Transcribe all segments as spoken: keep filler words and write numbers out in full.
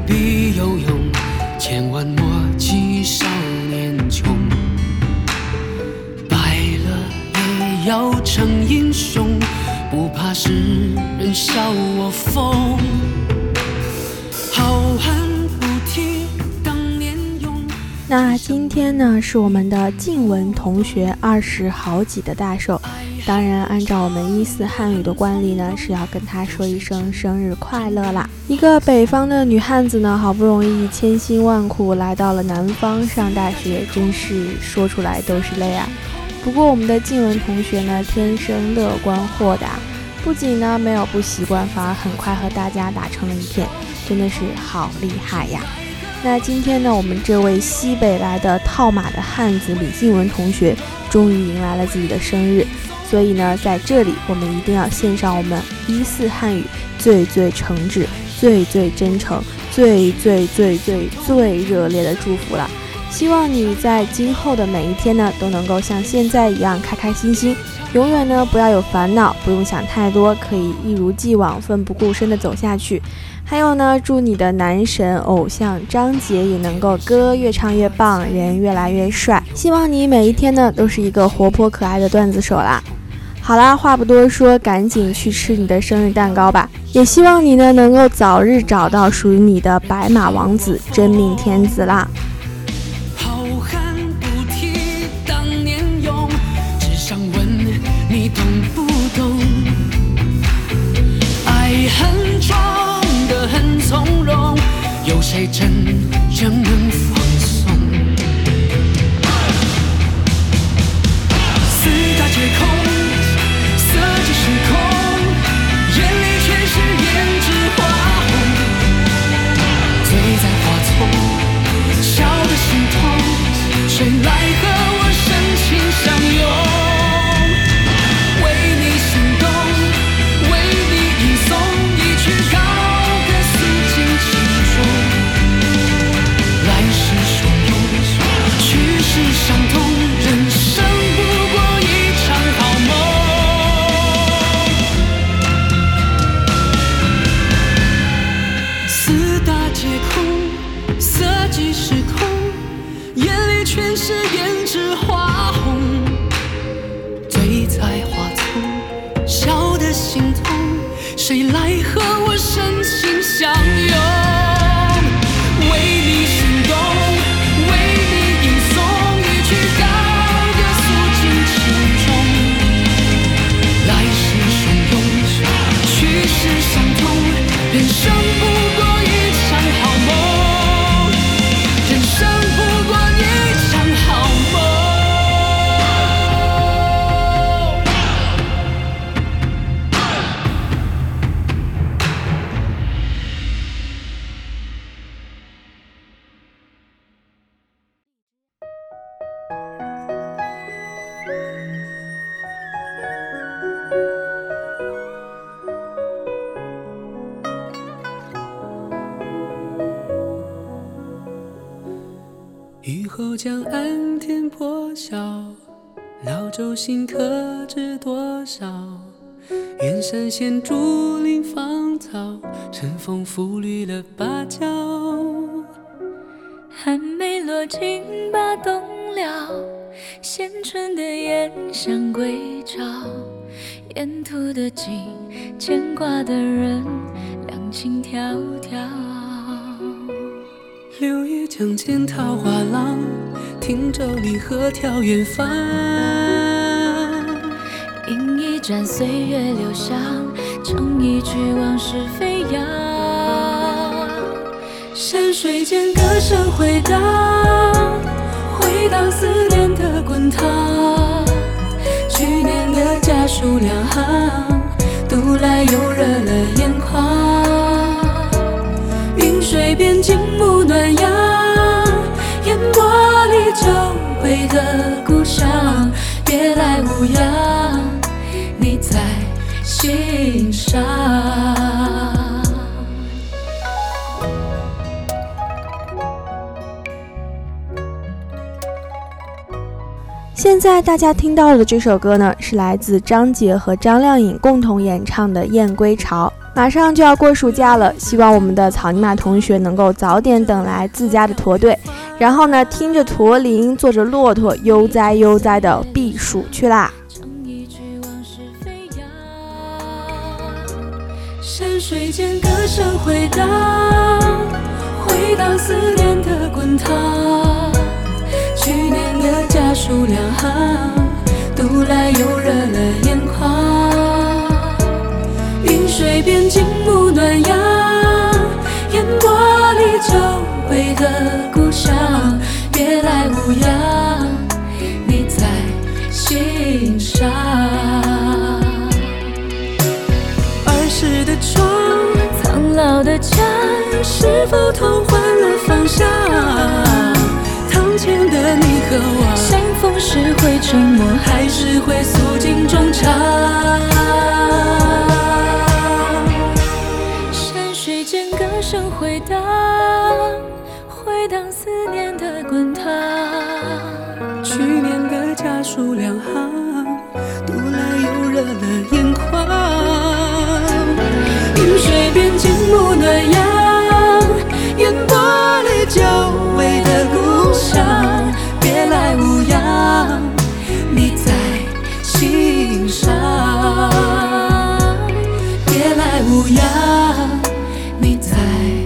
必有用，千万莫欺少年穷。白了也要成英雄，不怕世人笑我疯。好汉不提当年勇。 那今天呢，是我们的静文同学二十好几的大寿，当然按照我们一四汉语的惯例呢，是要跟他说一声生日快乐啦。一个北方的女汉子呢，好不容易千辛万苦来到了南方上大学，真是说出来都是泪啊。不过我们的静文同学呢，天生乐观豁达，不仅呢没有不习惯，反而很快和大家打成了一片，真的是好厉害呀。那今天呢，我们这位西北来的套马的汉子李静文同学终于迎来了自己的生日，所以呢，在这里我们一定要献上我们一四汉语最最诚挚、最最真诚、最最最最最热烈的祝福了。希望你在今后的每一天呢，都能够像现在一样开开心心，永远呢不要有烦恼，不用想太多，可以一如既往奋不顾身的走下去。还有呢，祝你的男神偶像张杰也能够歌越唱越棒，人越来越帅。希望你每一天呢都是一个活泼可爱的段子手啦。好啦，话不多说，赶紧去吃你的生日蛋糕吧。也希望你呢能够早日找到属于你的白马王子、真命天子啦。 好汉不提当年勇，只想问你懂不懂？爱恨装得很从容，有谁真正能放松？四大皆空，色即是空，眼里全是胭脂花红。醉在花丛，笑得心痛，谁来和我深情相拥？为你心动，为你吟诵一曲高歌，诉尽情衷。来世汹涌，去世伤痛，人生不过一场好梦。四大皆空，色即是空，眼里全是胭脂花红。醉在花丛，笑得心痛，谁来和我深情相拥？为你心动，为你吟诵一曲高歌，诉尽情衷。来世汹涌，去世伤痛，人生不过一场好梦，人生不过一场好梦。雨后江岸天破晓，老舟新客知多少？远山现竹林芳草，晨风拂绿了芭蕉。 寒梅落尽把冬了，衔春的燕向归巢。沿途的景，牵挂的人，两情迢迢。 柳叶江间桃花浪，汀州离合眺远方。 饮一盏岁月留香，唱一曲往事飞扬。 山水间歌声回荡，回荡思念的滚烫。去年的家书两行，读来又热了眼眶。云水边静沐暖阳，烟波里久违的故乡。别来无恙，你在心上。 现在大家听到的这首歌呢，是来自张杰和张靓颖共同演唱的《燕归巢》。 马上就要过暑假了，希望我们的草泥马同学能够早点等来自家的驼队，然后呢，听着驼铃，坐着骆驼，悠哉悠哉的避暑去啦。 山水间歌声回荡，回荡思念的滚烫。去年的家书两行，读来又热了眼眶。云水边静沐暖阳，烟波里久违的故乡。别来无恙，你在心上。儿时的窗，苍老的家，是否同换了方向？堂前的你和我，相逢时会沉默，还是会诉尽衷肠？山水间歌声回荡，回荡思念的滚烫。去年的家书两行，读来又热了眼眶。云水边静沐暖阳，烟波里久违的故乡。别来无恙，你在心上。别来无恙，你在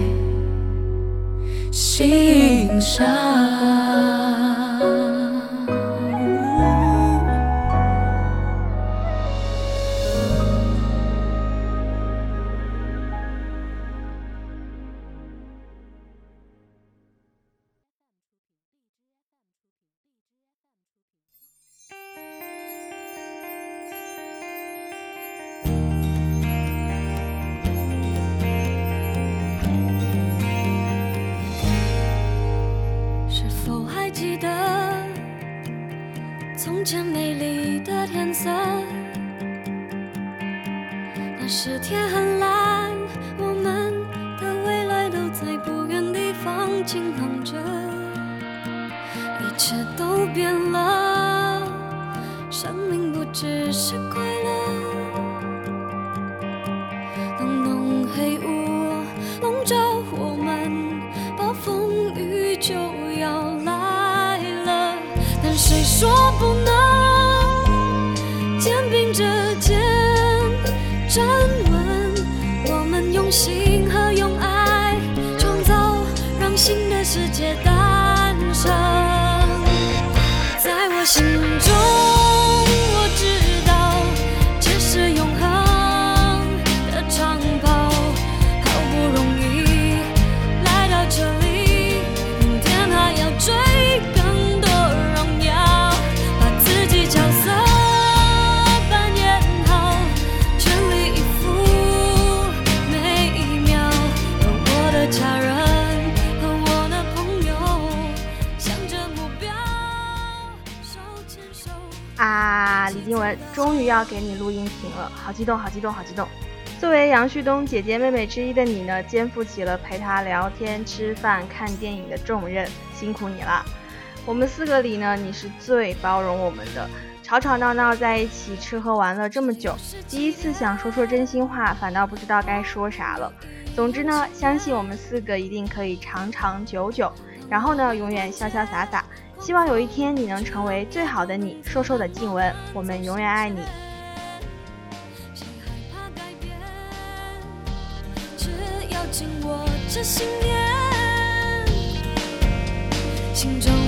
心上。记得从前美丽的天色，那时天很蓝，我们的未来都在不远地方晴朗着。一切都变了，生命不只是快乐。浓浓黑雾笼罩我们，暴风雨就要来。谁说不能肩并着肩站稳？我们用心和用爱创造，让新的世界诞生。在我心中，我知道这是永恒的长跑。好不容易来到这里，明天还要追更角色扮演好，全力以赴每一秒，和我的家人和我的朋友，向着目标手牵手。 啊，李静雯终于要给你录音屏了，好激动好激动好激动。作为杨旭东姐姐妹妹之一的你呢，肩负起了陪他聊天吃饭看电影的重任，辛苦你了。我们四个里呢，你是最包容我们的，吵吵闹闹在一起吃喝玩乐这么久，第一次想说说真心话，反倒不知道该说啥了。总之呢，相信我们四个一定可以长长久久，然后呢，永远潇潇洒洒。希望有一天你能成为最好的你，瘦瘦的静雯，我们永远爱你。 只要紧握着信念，心中